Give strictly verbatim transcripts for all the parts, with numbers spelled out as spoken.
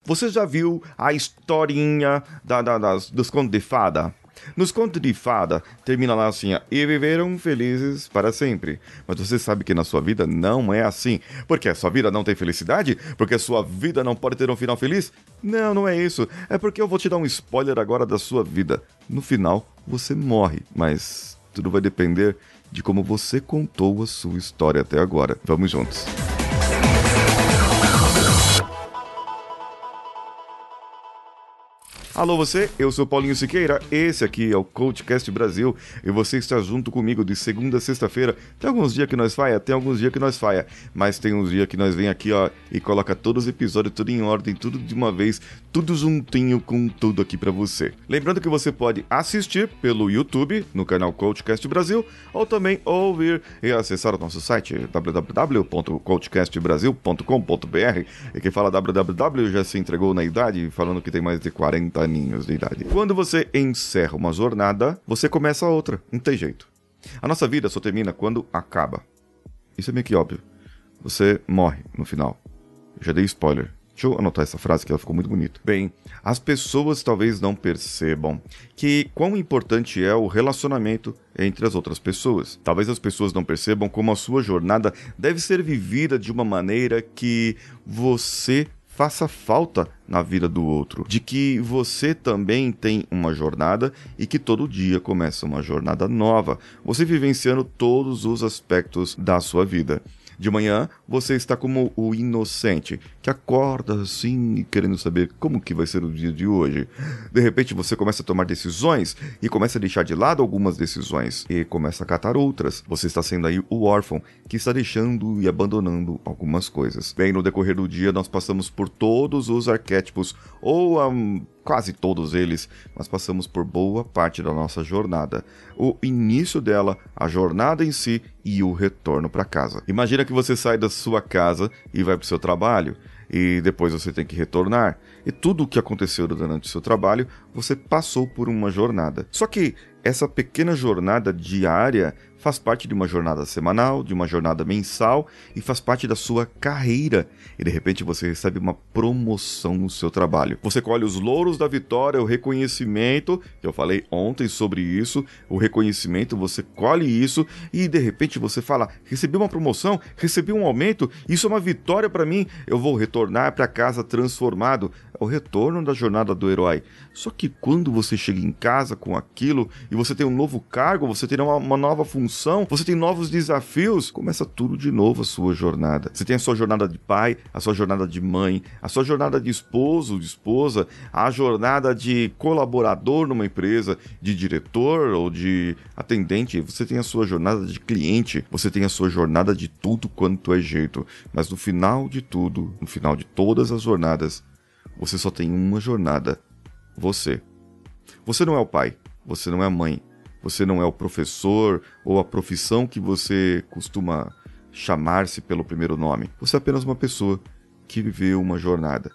Você já viu a historinha da, da, das, dos contos de fada? Nos contos de fada, termina lá assim, ó, e viveram felizes para sempre. Mas você sabe que na sua vida não é assim. Porque a sua vida não tem felicidade? Porque a sua vida não pode ter um final feliz? Não, não é isso. É porque eu vou te dar um spoiler agora da sua vida. No final, você morre, mas tudo vai depender de como você contou a sua história até agora. Vamos juntos. Alô você, eu sou Paulinho Siqueira, esse aqui é o CoachCast Brasil e você está junto comigo de segunda a sexta-feira. Tem alguns dias que nós faia, tem alguns dias que nós faia, mas tem uns dias que nós vem aqui ó e coloca todos os episódios tudo em ordem, tudo de uma vez, tudo juntinho com tudo aqui pra você. Lembrando que você pode assistir pelo YouTube, no canal CoachCast Brasil, ou também ouvir e acessar o nosso site w w w ponto coachcast brasil ponto com ponto b r. E quem fala w w w já se entregou na idade, falando que tem mais de quarenta aninhos de idade. Quando você encerra uma jornada, você começa outra. Não tem jeito. A nossa vida só termina quando acaba. Isso é meio que óbvio. Você morre no final. Eu já dei spoiler. Deixa eu anotar essa frase que ela ficou muito bonita. Bem, as pessoas talvez não percebam que quão importante é o relacionamento entre as outras pessoas. Talvez as pessoas não percebam como a sua jornada deve ser vivida de uma maneira que você faça falta na vida do outro, de que você também tem uma jornada e que todo dia começa uma jornada nova, você vivenciando todos os aspectos da sua vida. De manhã, você está como o inocente, que acorda assim, querendo saber como que vai ser o dia de hoje. De repente, você começa a tomar decisões e começa a deixar de lado algumas decisões e começa a catar outras. Você está sendo aí o órfão, que está deixando e abandonando algumas coisas. Bem, no decorrer do dia, nós passamos por todos os arquétipos, ou um, quase todos eles, mas passamos por boa parte da nossa jornada. O início dela, a jornada em si e o retorno para casa. Imagina que você sai da sua casa e vai para o seu trabalho, e depois você tem que retornar. E tudo o que aconteceu durante o seu trabalho, você passou por uma jornada. Só que essa pequena jornada diária faz parte de uma jornada semanal, de uma jornada mensal e faz parte da sua carreira. E de repente você recebe uma promoção no seu trabalho. Você colhe os louros da vitória, o reconhecimento, eu falei ontem sobre isso, o reconhecimento, você colhe isso e de repente você fala, recebi uma promoção, recebi um aumento, isso é uma vitória para mim, eu vou retornar para casa transformado. É o retorno da jornada do herói. Só que quando você chega em casa com aquilo e você tem um novo cargo, você tem uma, uma nova função, você tem novos desafios, começa tudo de novo a sua jornada. Você tem a sua jornada de pai, a sua jornada de mãe, a sua jornada de esposo, de esposa, a jornada de colaborador numa empresa, de diretor ou de atendente, você tem a sua jornada de cliente, você tem a sua jornada de tudo quanto é jeito. Mas no final de tudo, no final de todas as jornadas, você só tem uma jornada. Você. Você não é o pai, você não é a mãe, você não é o professor ou a profissão que você costuma chamar-se pelo primeiro nome. Você é apenas uma pessoa que viveu uma jornada.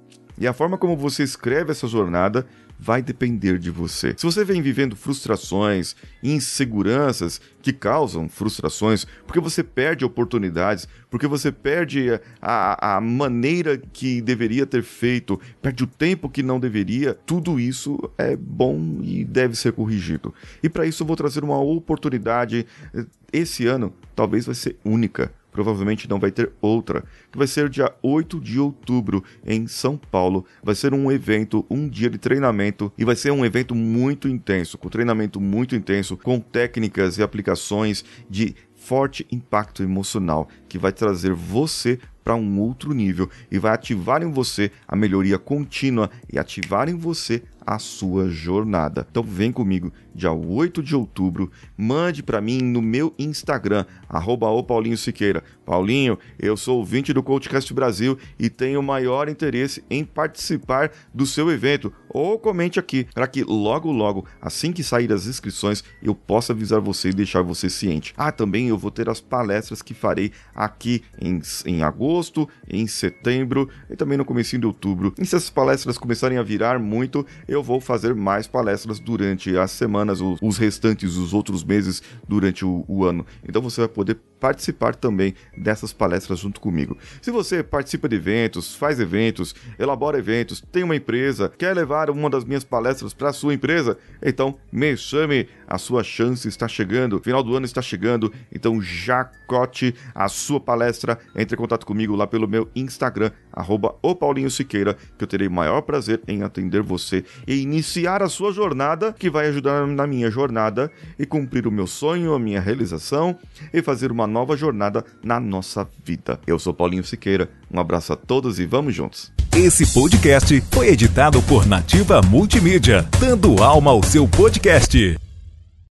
E a forma como você escreve essa jornada vai depender de você. Se você vem vivendo frustrações, inseguranças que causam frustrações, porque você perde oportunidades, porque você perde a, a maneira que deveria ter feito, perde o tempo que não deveria, tudo isso é bom e deve ser corrigido. E para isso eu vou trazer uma oportunidade. Esse ano talvez vai ser única. Provavelmente não vai ter outra, que vai ser dia oito de outubro em São Paulo. Vai ser um evento, um dia de treinamento e vai ser um evento muito intenso, com treinamento muito intenso, com técnicas e aplicações de forte impacto emocional, que vai trazer você para um outro nível e vai ativar em você a melhoria contínua e ativar em você a sua jornada. Então vem comigo, dia oito de outubro, mande para mim no meu Instagram, arroba o Paulinho Siqueira. Paulinho, eu sou ouvinte do CoachCast Brasil e tenho maior interesse em participar do seu evento. Ou comente aqui, para que logo logo, assim que sair as inscrições, eu possa avisar você e deixar você ciente. Ah, também eu vou ter as palestras que farei aqui em, em agosto, em setembro e também no comecinho de outubro. E se essas palestras começarem a virar muito, eu vou fazer mais palestras durante as semanas, os restantes, os outros meses durante o, o ano. Então você vai poder participar também dessas palestras junto comigo. Se você participa de eventos, faz eventos, elabora eventos, tem uma empresa, quer levar uma das minhas palestras para a sua empresa, então me chame, a sua chance está chegando, final do ano está chegando, então já cote a sua palestra, entre em contato comigo lá pelo meu Instagram, arroba o Paulinho Siqueira, que eu terei maior prazer em atender você e iniciar a sua jornada, que vai ajudar na minha jornada e cumprir o meu sonho, a minha realização e fazer uma nova jornada na nossa vida. Eu sou Paulinho Siqueira, um abraço a todos e vamos juntos. Esse podcast foi editado por Nativa Multimídia, dando alma ao seu podcast.